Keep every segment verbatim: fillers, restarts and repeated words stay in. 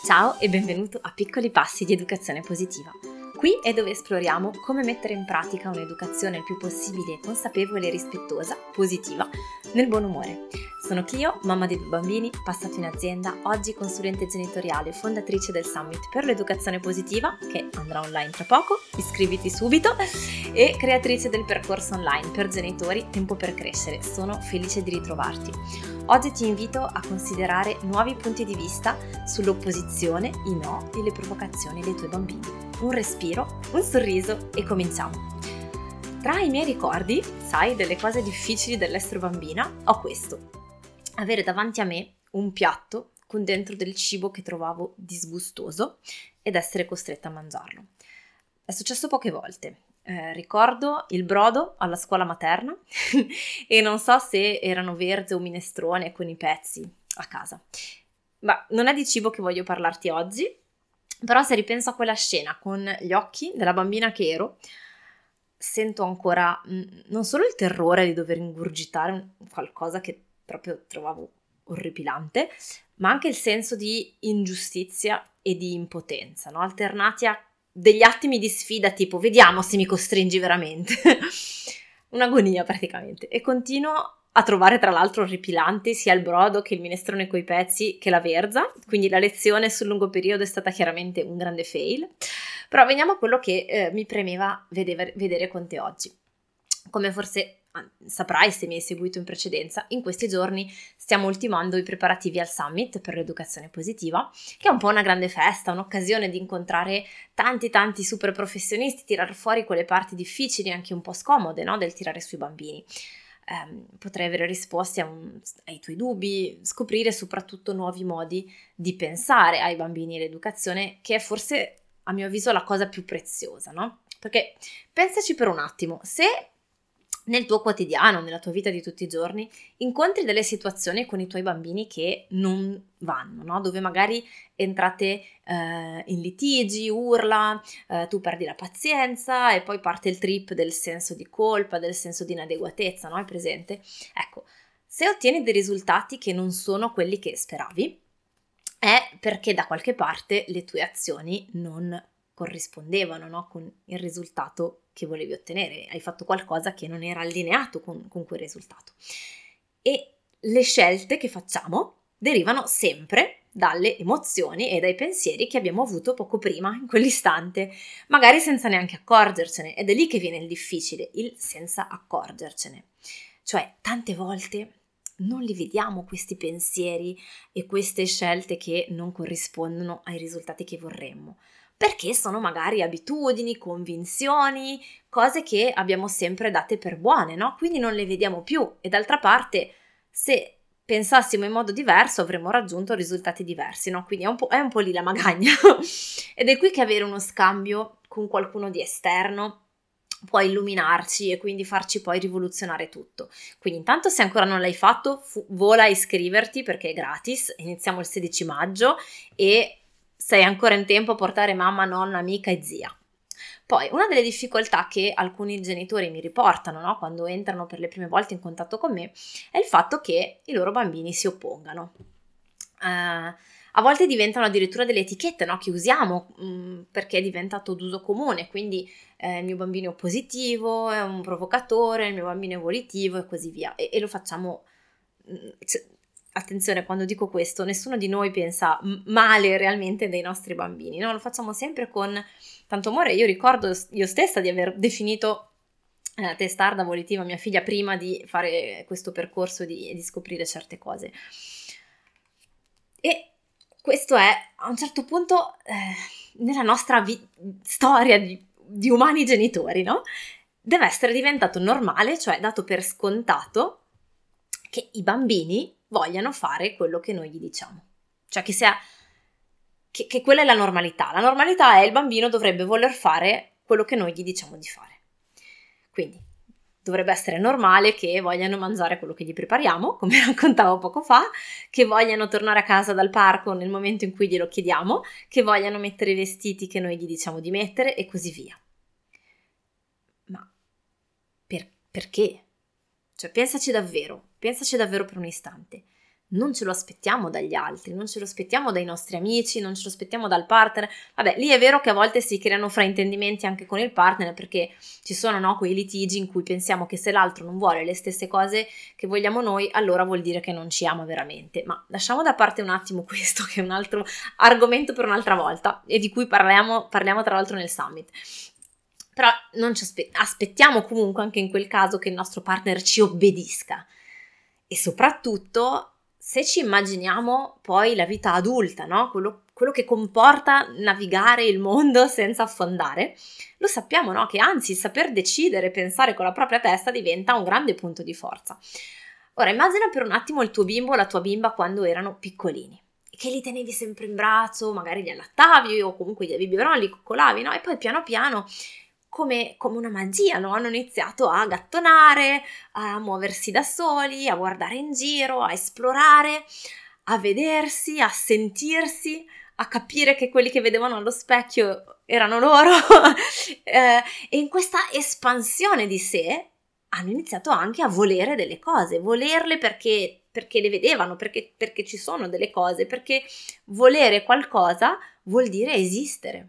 Ciao e benvenuto a Piccoli Passi di Educazione Positiva. Qui è dove esploriamo come mettere in pratica un'educazione il più possibile consapevole, rispettosa, positiva, nel buon umore. Sono Clio, mamma di due bambini, passata in azienda, oggi consulente genitoriale, fondatrice del Summit per l'Educazione Positiva, che andrà online tra poco, iscriviti subito, e creatrice del percorso online per genitori Tempo per Crescere. Sono felice di ritrovarti. Oggi ti invito a considerare nuovi punti di vista sull'opposizione, i no e le provocazioni dei tuoi bambini. Un respiro, un sorriso e cominciamo. Tra i miei ricordi, sai, delle cose difficili dell'essere bambina, ho questo: avere davanti a me un piatto con dentro del cibo che trovavo disgustoso ed essere costretta a mangiarlo. È successo poche volte. Eh, ricordo il brodo alla scuola materna e non so se erano verze o minestrone con i pezzi a casa. Ma non è di cibo che voglio parlarti oggi, però se ripenso a quella scena con gli occhi della bambina che ero, sento ancora mh, non solo il terrore di dover ingurgitare qualcosa che proprio trovavo orripilante, ma anche il senso di ingiustizia e di impotenza, no? Alternati a degli attimi di sfida tipo vediamo se mi costringi veramente. Un'agonia praticamente. E continuo a trovare tra l'altro orripilante sia il brodo che il minestrone coi pezzi che la verza, quindi la lezione sul lungo periodo è stata chiaramente un grande fail. Però veniamo a quello che eh, mi premeva vedere, vedere con te oggi. Come forse saprai se mi hai seguito in precedenza, in questi giorni stiamo ultimando i preparativi al Summit per l'Educazione Positiva, che è un po' una grande festa, un'occasione di incontrare tanti tanti super professionisti, tirare fuori quelle parti difficili e anche un po' scomode, no? Del tirare sui bambini. Eh, potrai avere risposte a un, ai tuoi dubbi, scoprire soprattutto nuovi modi di pensare ai bambini e all'educazione, che è forse a mio avviso la cosa più preziosa, no? Perché pensaci per un attimo, se nel tuo quotidiano, nella tua vita di tutti i giorni, incontri delle situazioni con i tuoi bambini che non vanno, no? Dove magari entrate eh, in litigi, urla, eh, tu perdi la pazienza e poi parte il trip del senso di colpa, del senso di inadeguatezza, no? È presente? Ecco, se ottieni dei risultati che non sono quelli che speravi, è perché da qualche parte le tue azioni non corrispondevano, no? Con il risultato che volevi ottenere, hai fatto qualcosa che non era allineato con, con quel risultato. E le scelte che facciamo derivano sempre dalle emozioni e dai pensieri che abbiamo avuto poco prima, in quell'istante, magari senza neanche accorgercene, ed è lì che viene il difficile, il senza accorgercene. Cioè, tante volte non li vediamo questi pensieri e queste scelte che non corrispondono ai risultati che vorremmo, perché sono magari abitudini, convinzioni, cose che abbiamo sempre date per buone, no? Quindi non le vediamo più e d'altra parte se pensassimo in modo diverso avremmo raggiunto risultati diversi, no? Quindi è un po', è un po' lì la magagna ed è qui che avere uno scambio con qualcuno di esterno può illuminarci e quindi farci poi rivoluzionare tutto. Quindi intanto se ancora non l'hai fatto, fu- vola a iscriverti perché è gratis, iniziamo il sedici maggio e sei ancora in tempo a portare mamma, nonna, amica e zia. Poi, una delle difficoltà che alcuni genitori mi riportano, no, quando entrano per le prime volte in contatto con me, è il fatto che i loro bambini si oppongano. Uh, a volte diventano addirittura delle etichette, no, che usiamo mh, perché è diventato d'uso comune, quindi eh, il mio bambino è oppositivo, è un provocatore, il mio bambino è volitivo e così via. E, e lo facciamo... Mh, cioè, attenzione, quando dico questo, nessuno di noi pensa male realmente dei nostri bambini, no? Lo facciamo sempre con tanto amore. Io ricordo io stessa di aver definito eh, testarda, volitiva mia figlia prima di fare questo percorso di, di scoprire certe cose. E questo è, a un certo punto, eh, nella nostra vi- storia di, di umani genitori, no? Deve essere diventato normale, cioè dato per scontato, che i bambini vogliano fare quello che noi gli diciamo. Cioè che sia che, che quella è la normalità. La normalità è il bambino dovrebbe voler fare quello che noi gli diciamo di fare. Quindi dovrebbe essere normale che vogliano mangiare quello che gli prepariamo, come raccontavo poco fa, che vogliano tornare a casa dal parco nel momento in cui glielo chiediamo, che vogliano mettere i vestiti che noi gli diciamo di mettere e così via. Ma per, perché? Cioè pensaci davvero, pensaci davvero per un istante. non ce lo aspettiamo dagli altri, non ce lo aspettiamo dai nostri amici, non ce lo aspettiamo dal partner. Vabbè, lì è vero che a volte si creano fraintendimenti anche con il partner, perché ci sono, no, quei litigi in cui pensiamo che se l'altro non vuole le stesse cose che vogliamo noi, allora vuol dire che non ci ama veramente. Ma lasciamo da parte un attimo questo, che è un altro argomento per un'altra volta e di cui parliamo, parliamo tra l'altro nel summit. Però non ci aspe- aspettiamo comunque anche in quel caso che il nostro partner ci obbedisca. E soprattutto se ci immaginiamo poi la vita adulta, no? Quello, quello che comporta navigare il mondo senza affondare, lo sappiamo, no? Che anzi saper decidere, pensare con la propria testa diventa un grande punto di forza. Ora immagina per un attimo il tuo bimbo o la tua bimba quando erano piccolini, che li tenevi sempre in braccio, magari li allattavi o comunque gli avevi biberon, li coccolavi, no? E poi piano piano Come, come una magia, no? Hanno iniziato a gattonare, a muoversi da soli, a guardare in giro, a esplorare, a vedersi, a sentirsi, a capire che quelli che vedevano allo specchio erano loro. eh, e in questa espansione di sé hanno iniziato anche a volere delle cose, volerle perché, perché le vedevano, perché, perché ci sono delle cose, perché volere qualcosa vuol dire esistere.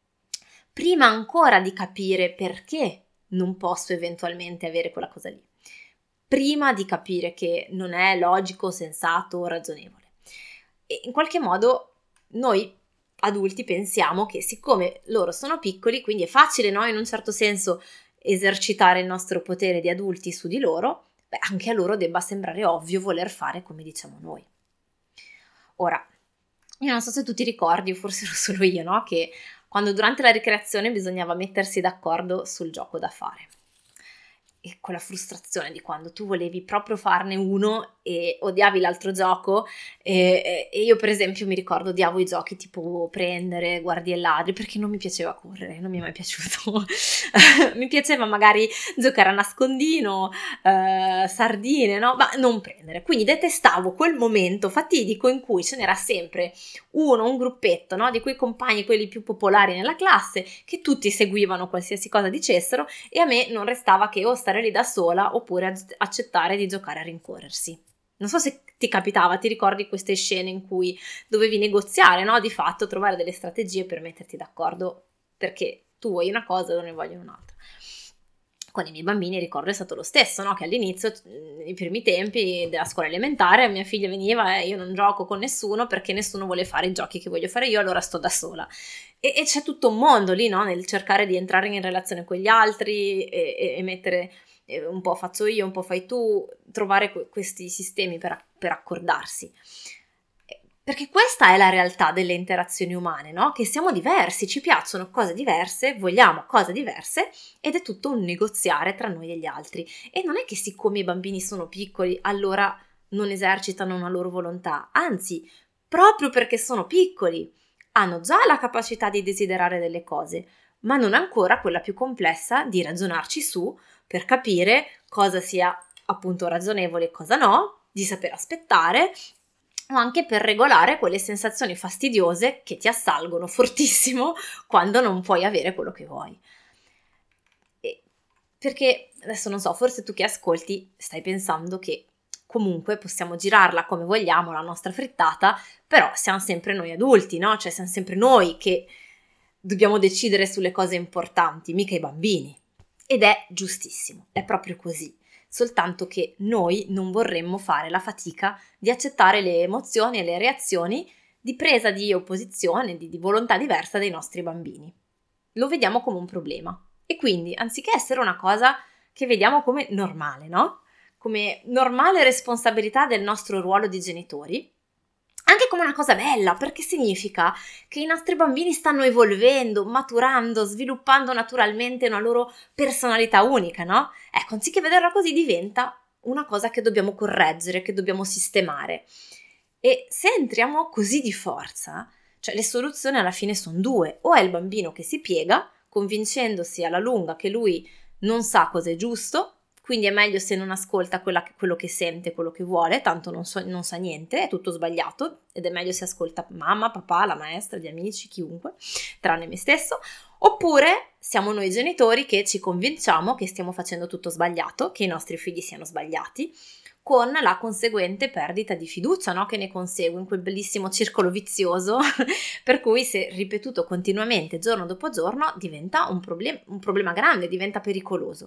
Prima ancora di capire perché non posso eventualmente avere quella cosa lì, prima di capire che non è logico, sensato o ragionevole. E in qualche modo noi adulti pensiamo che siccome loro sono piccoli, quindi è facile, no, in un certo senso esercitare il nostro potere di adulti su di loro, beh, anche a loro debba sembrare ovvio voler fare come diciamo noi. Ora, io non so se tu ti ricordi, o forse ero solo io, no, che quando durante la ricreazione bisognava mettersi d'accordo sul gioco da fare. E quella frustrazione di quando tu volevi proprio farne uno e odiavi l'altro gioco, e, e io per esempio mi ricordo odiavo i giochi tipo prendere, guardie e ladri, perché non mi piaceva correre, non mi è mai piaciuto. Mi piaceva magari giocare a nascondino, eh, sardine, no? Ma non prendere. Quindi detestavo quel momento fatidico in cui ce n'era sempre uno, un gruppetto, no? Di quei compagni, quelli più popolari nella classe, che tutti seguivano qualsiasi cosa dicessero e a me non restava che o stare lì da sola oppure accettare di giocare a rincorrersi. Non so se ti capitava, ti ricordi queste scene in cui dovevi negoziare, no? Di fatto trovare delle strategie per metterti d'accordo perché tu vuoi una cosa e loro ne vogliono un'altra. Con i miei bambini ricordo è stato lo stesso, no? Che all'inizio, nei primi tempi della scuola elementare, mia figlia veniva e io non gioco con nessuno perché nessuno vuole fare i giochi che voglio fare io, allora sto da sola. E, e c'è tutto un mondo lì, no? Nel cercare di entrare in relazione con gli altri e, e, e mettere eh, un po' faccio io, un po' fai tu, trovare que- questi sistemi per, per accordarsi. Perché questa è la realtà delle interazioni umane, no? Che siamo diversi, ci piacciono cose diverse, vogliamo cose diverse ed è tutto un negoziare tra noi e gli altri. E non è che siccome i bambini sono piccoli allora non esercitano una loro volontà, anzi, proprio perché sono piccoli hanno già la capacità di desiderare delle cose, ma non ancora quella più complessa di ragionarci su per capire cosa sia appunto ragionevole e cosa no, di saper aspettare, o anche per regolare quelle sensazioni fastidiose che ti assalgono fortissimo quando non puoi avere quello che vuoi. E perché, adesso non so, forse tu che ascolti stai pensando che comunque possiamo girarla come vogliamo, la nostra frittata, però siamo sempre noi adulti, no? Cioè siamo sempre noi che dobbiamo decidere sulle cose importanti, mica i bambini. Ed è giustissimo, è proprio così. Soltanto che noi non vorremmo fare la fatica di accettare le emozioni e le reazioni di presa di opposizione, di, di volontà diversa dei nostri bambini. Lo vediamo come un problema e quindi anziché essere una cosa che vediamo come normale, no? Come normale responsabilità del nostro ruolo di genitori, anche come una cosa bella, perché significa che i nostri bambini stanno evolvendo, maturando, sviluppando naturalmente una loro personalità unica, no? Ecco, anziché vederla così diventa una cosa che dobbiamo correggere, che dobbiamo sistemare. E se entriamo così di forza, cioè le soluzioni alla fine sono due: o è il bambino che si piega, convincendosi alla lunga che lui non sa cosa è giusto, quindi è meglio se non ascolta quella, quello che sente, quello che vuole, tanto non, so, non sa niente, è tutto sbagliato, ed è meglio se ascolta mamma, papà, la maestra, gli amici, chiunque, tranne me stesso. Oppure siamo noi genitori che ci convinciamo che stiamo facendo tutto sbagliato, che i nostri figli siano sbagliati, con la conseguente perdita di fiducia, no? Che ne consegue in quel bellissimo circolo vizioso per cui se ripetuto continuamente giorno dopo giorno diventa un, problem- un problema grande, diventa pericoloso.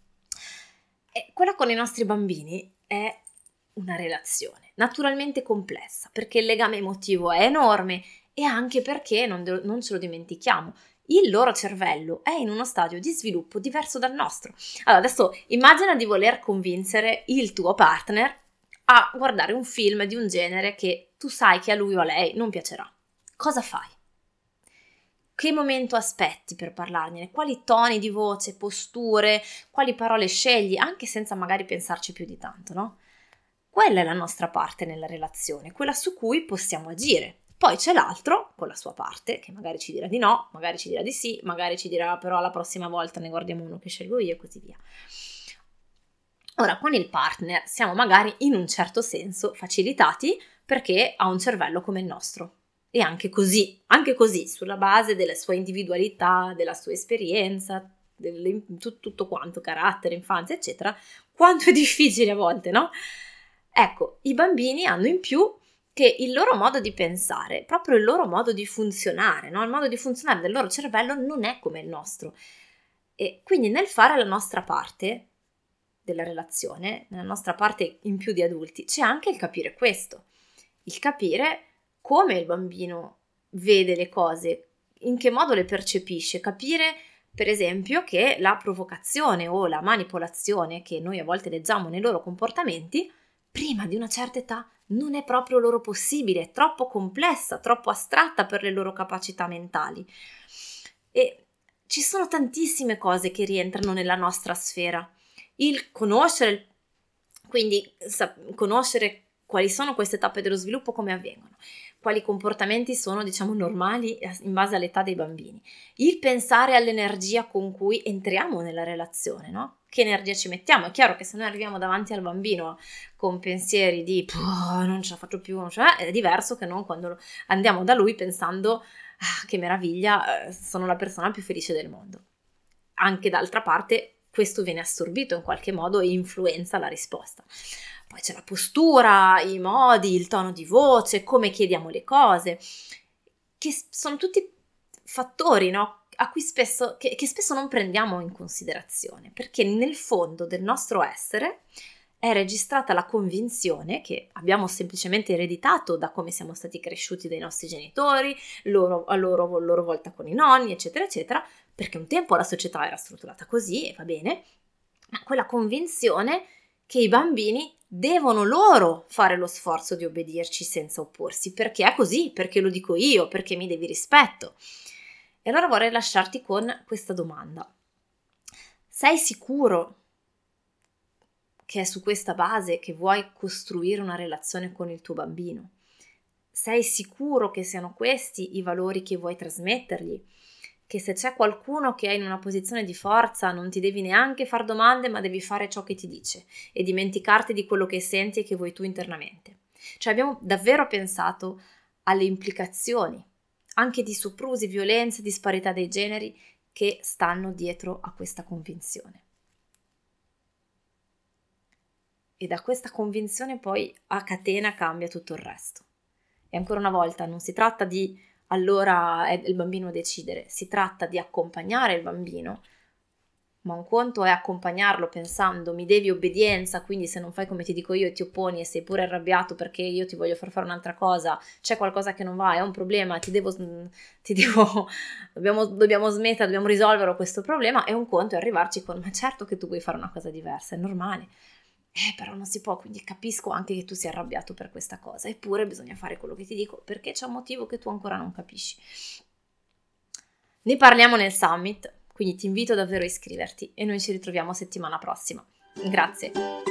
E quella con i nostri bambini è una relazione naturalmente complessa, perché il legame emotivo è enorme e anche perché, non, de- non ce lo dimentichiamo, il loro cervello è in uno stadio di sviluppo diverso dal nostro. Allora, adesso immagina di voler convincere il tuo partner a guardare un film di un genere che tu sai che a lui o a lei non piacerà. Cosa fai? Che momento aspetti per parlargliene? Quali toni di voce, posture, quali parole scegli, anche senza magari pensarci più di tanto, no? Quella è la nostra parte nella relazione, quella su cui possiamo agire. Poi c'è l'altro, con la sua parte, che magari ci dirà di no, magari ci dirà di sì, magari ci dirà però la prossima volta ne guardiamo uno che scelgo io e così via. Ora, con il partner siamo magari in un certo senso facilitati perché ha un cervello come il nostro. E anche così, anche così, sulla base della sua individualità, della sua esperienza, del, tutto quanto, carattere, infanzia, eccetera, quanto è difficile a volte, no? Ecco, i bambini hanno in più che il loro modo di pensare, proprio il loro modo di funzionare, no? Il modo di funzionare del loro cervello non è come il nostro. E quindi nel fare la nostra parte della relazione, nella nostra parte in più di adulti, c'è anche il capire questo, il capire come il bambino vede le cose, in che modo le percepisce, capire per esempio che la provocazione o la manipolazione che noi a volte leggiamo nei loro comportamenti, prima di una certa età non è proprio loro possibile, è troppo complessa, troppo astratta per le loro capacità mentali. E ci sono tantissime cose che rientrano nella nostra sfera. Il conoscere, quindi sa- conoscere quali sono queste tappe dello sviluppo, come avvengono, quali comportamenti sono, diciamo, normali in base all'età dei bambini, il pensare all'energia con cui entriamo nella relazione, no? Che energia ci mettiamo? È chiaro che se noi arriviamo davanti al bambino con pensieri di non ce la faccio più, non ce la... è diverso che non quando andiamo da lui pensando ah, che meraviglia, sono la persona più felice del mondo. Anche d'altra parte questo viene assorbito in qualche modo e influenza la risposta. Poi c'è la postura, i modi, il tono di voce, come chiediamo le cose, che sono tutti fattori, no? A cui spesso, che, che spesso non prendiamo in considerazione, perché nel fondo del nostro essere è registrata la convinzione che abbiamo semplicemente ereditato da come siamo stati cresciuti dai nostri genitori, loro, a loro, a loro volta con i nonni, eccetera, eccetera, perché un tempo la società era strutturata così e va bene, ma quella convinzione che i bambini devono loro fare lo sforzo di obbedirci senza opporsi, perché è così, perché lo dico io, perché mi devi rispetto. E allora vorrei lasciarti con questa domanda. Sei sicuro che è su questa base che vuoi costruire una relazione con il tuo bambino? Sei sicuro che siano questi i valori che vuoi trasmettergli? Che se c'è qualcuno che è in una posizione di forza non ti devi neanche fare domande, ma devi fare ciò che ti dice e dimenticarti di quello che senti e che vuoi tu internamente. Cioè abbiamo davvero pensato alle implicazioni anche di soprusi, violenze, disparità dei generi che stanno dietro a questa convinzione. E da questa convinzione poi a catena cambia tutto il resto. E ancora una volta non si tratta di allora è il bambino a decidere, si tratta di accompagnare il bambino, ma un conto è accompagnarlo pensando mi devi obbedienza, quindi se non fai come ti dico io ti opponi e sei pure arrabbiato perché io ti voglio far fare un'altra cosa, c'è qualcosa che non va, è un problema, ti devo, ti devo dobbiamo, dobbiamo smettere, dobbiamo risolvere questo problema, e un conto è arrivarci con ma certo che tu vuoi fare una cosa diversa, è normale. Eh, però non si può, quindi capisco anche che tu sia arrabbiato per questa cosa, eppure bisogna fare quello che ti dico perché c'è un motivo che tu ancora non capisci. Ne parliamo nel summit, quindi ti invito davvero a iscriverti e noi ci ritroviamo settimana prossima. Grazie.